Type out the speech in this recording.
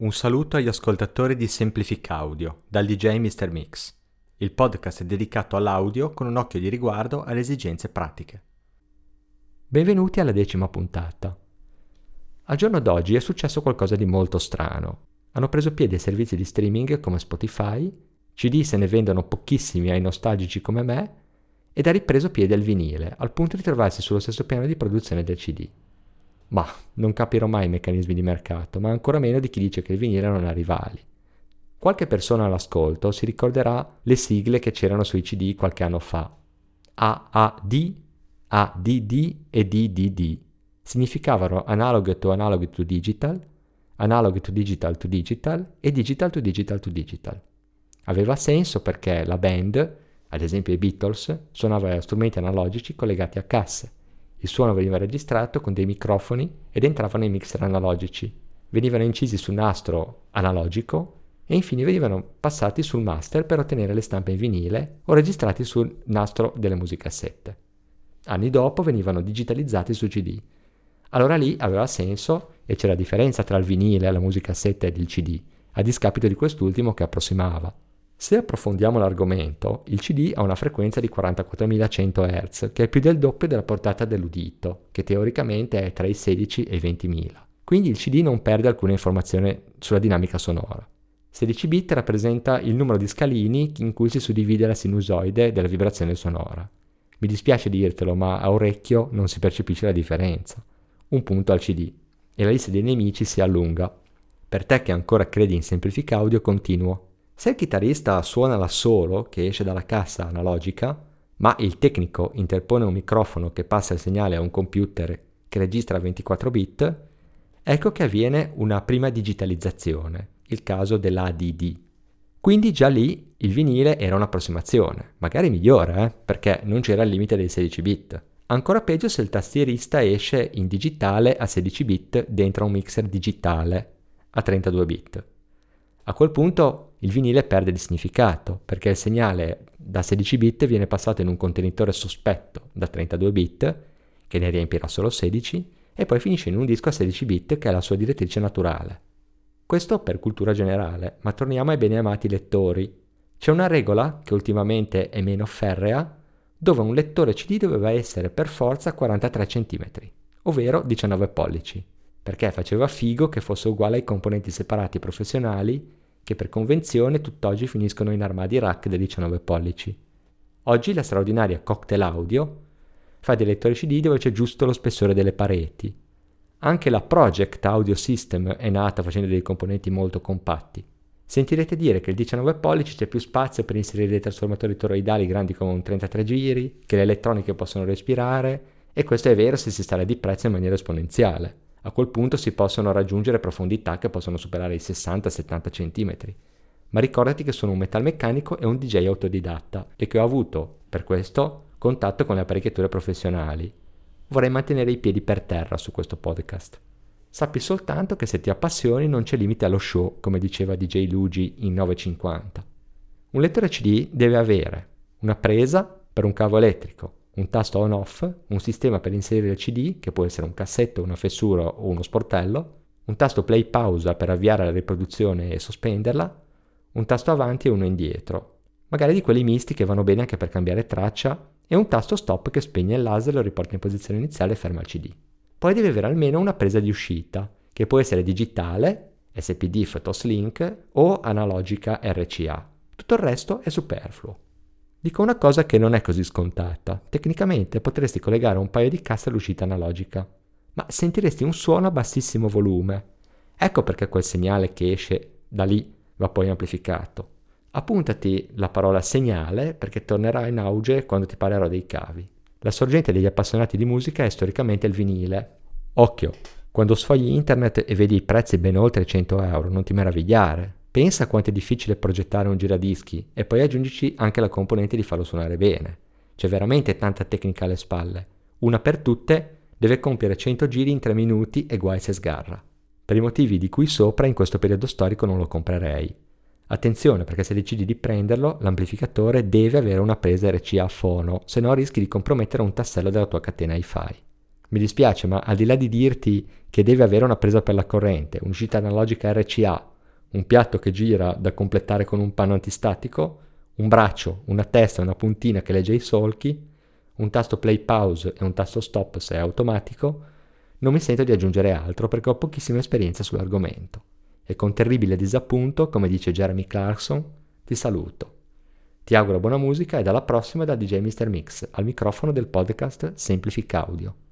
Un saluto agli ascoltatori di Semplific Audio, dal DJ Mr. Mix. Il podcast è dedicato all'audio con un occhio di riguardo alle esigenze pratiche. Benvenuti alla 10ª puntata. Al giorno d'oggi è successo qualcosa di molto strano. Hanno preso piede servizi di streaming come Spotify, CD se ne vendono pochissimi ai nostalgici come me, ed ha ripreso piede il vinile, al punto di trovarsi sullo stesso piano di produzione del CD. Ma non capirò mai i meccanismi di mercato, ma ancora meno di chi dice che il vinile non ha rivali. Qualche persona all'ascolto si ricorderà le sigle che c'erano sui CD qualche anno fa. AAD, ADD e DDD. Significavano Analog to Digital to Digital e Digital to Digital to Digital. Aveva senso perché la band, ad esempio i Beatles, suonava strumenti analogici collegati a casse. Il suono veniva registrato con dei microfoni ed entrava nei mixer analogici. Venivano incisi sul nastro analogico e infine venivano passati sul master per ottenere le stampe in vinile o registrati sul nastro delle musicassette. Anni dopo venivano digitalizzati su CD. Allora lì aveva senso e c'era differenza tra il vinile, la musicassetta ed il CD, a discapito di quest'ultimo che approssimava. Se approfondiamo l'argomento, il CD ha una frequenza di 44.100 Hz, che è più del doppio della portata dell'udito, che teoricamente è tra i 16 e i 20.000. Quindi il CD non perde alcuna informazione sulla dinamica sonora. 16 bit rappresenta il numero di scalini in cui si suddivide la sinusoide della vibrazione sonora. Mi dispiace dirtelo, ma a orecchio non si percepisce la differenza. Un punto al CD. E la lista dei nemici si allunga. Per te che ancora credi in Semplific Audio, continuo. Se il chitarrista suona da solo, che esce dalla cassa analogica, ma il tecnico interpone un microfono che passa il segnale a un computer che registra 24 bit, ecco che avviene una prima digitalizzazione, il caso dell'ADD. Quindi già lì il vinile era un'approssimazione, magari migliore, perché non c'era il limite dei 16 bit. Ancora peggio se il tastierista esce in digitale a 16 bit dentro un mixer digitale a 32 bit. A quel punto il vinile perde di significato, perché il segnale da 16 bit viene passato in un contenitore sospetto da 32 bit, che ne riempirà solo 16, e poi finisce in un disco a 16 bit che è la sua direttrice naturale. Questo per cultura generale, ma torniamo ai bene amati lettori. C'è una regola, che ultimamente è meno ferrea, dove un lettore CD doveva essere per forza 43 cm, ovvero 19 pollici, perché faceva figo che fosse uguale ai componenti separati professionali che per convenzione tutt'oggi finiscono in armadi rack da 19 pollici. Oggi la straordinaria Cocktail Audio fa dei lettori CD dove c'è giusto lo spessore delle pareti. Anche la Project Audio System è nata facendo dei componenti molto compatti. Sentirete dire che il 19 pollici c'è più spazio per inserire dei trasformatori toroidali grandi come un 33 giri, che le elettroniche possono respirare, e questo è vero se si sale di prezzo in maniera esponenziale. A quel punto si possono raggiungere profondità che possono superare i 60-70 cm. Ma ricordati che sono un metalmeccanico e un DJ autodidatta e che ho avuto, per questo, contatto con le apparecchiature professionali. Vorrei mantenere i piedi per terra su questo podcast. Sappi soltanto che se ti appassioni non c'è limite allo show, come diceva DJ Luigi in 950. Un lettore CD deve avere una presa per un cavo elettrico, un tasto on-off, un sistema per inserire il CD, che può essere un cassetto, una fessura o uno sportello, un tasto play-pausa per avviare la riproduzione e sospenderla, un tasto avanti e uno indietro, magari di quelli misti che vanno bene anche per cambiare traccia, e un tasto stop che spegne il laser, lo riporta in posizione iniziale e ferma il CD. Poi deve avere almeno una presa di uscita, che può essere digitale, SPDIF, Toslink o analogica RCA. Tutto il resto è superfluo. Dico una cosa che non è così scontata. Tecnicamente potresti collegare un paio di casse all'uscita analogica, ma sentiresti un suono a bassissimo volume. Ecco perché quel segnale che esce da lì va poi amplificato. Appuntati la parola segnale perché tornerà in auge quando ti parlerò dei cavi. La sorgente degli appassionati di musica è storicamente il vinile. Occhio, quando sfogli internet e vedi i prezzi ben oltre i 100 euro, non ti meravigliare. Pensa quanto è difficile progettare un giradischi e poi aggiungici anche la componente di farlo suonare bene. C'è veramente tanta tecnica alle spalle. Una per tutte deve compiere 100 giri in 3 minuti e guai se sgarra. Per i motivi di cui sopra in questo periodo storico non lo comprerei. Attenzione, perché se decidi di prenderlo, l'amplificatore deve avere una presa RCA fono, se no rischi di compromettere un tassello della tua catena hi-fi. Mi dispiace, ma al di là di dirti che deve avere una presa per la corrente, un'uscita analogica RCA un piatto che gira da completare con un panno antistatico, un braccio, una testa e una puntina che legge i solchi, un tasto play pause e un tasto stop se è automatico, non mi sento di aggiungere altro perché ho pochissima esperienza sull'argomento. E con terribile disappunto, come dice Jeremy Clarkson, ti saluto. Ti auguro buona musica e alla prossima da DJ Mr. Mix, al microfono del podcast Semplific Audio.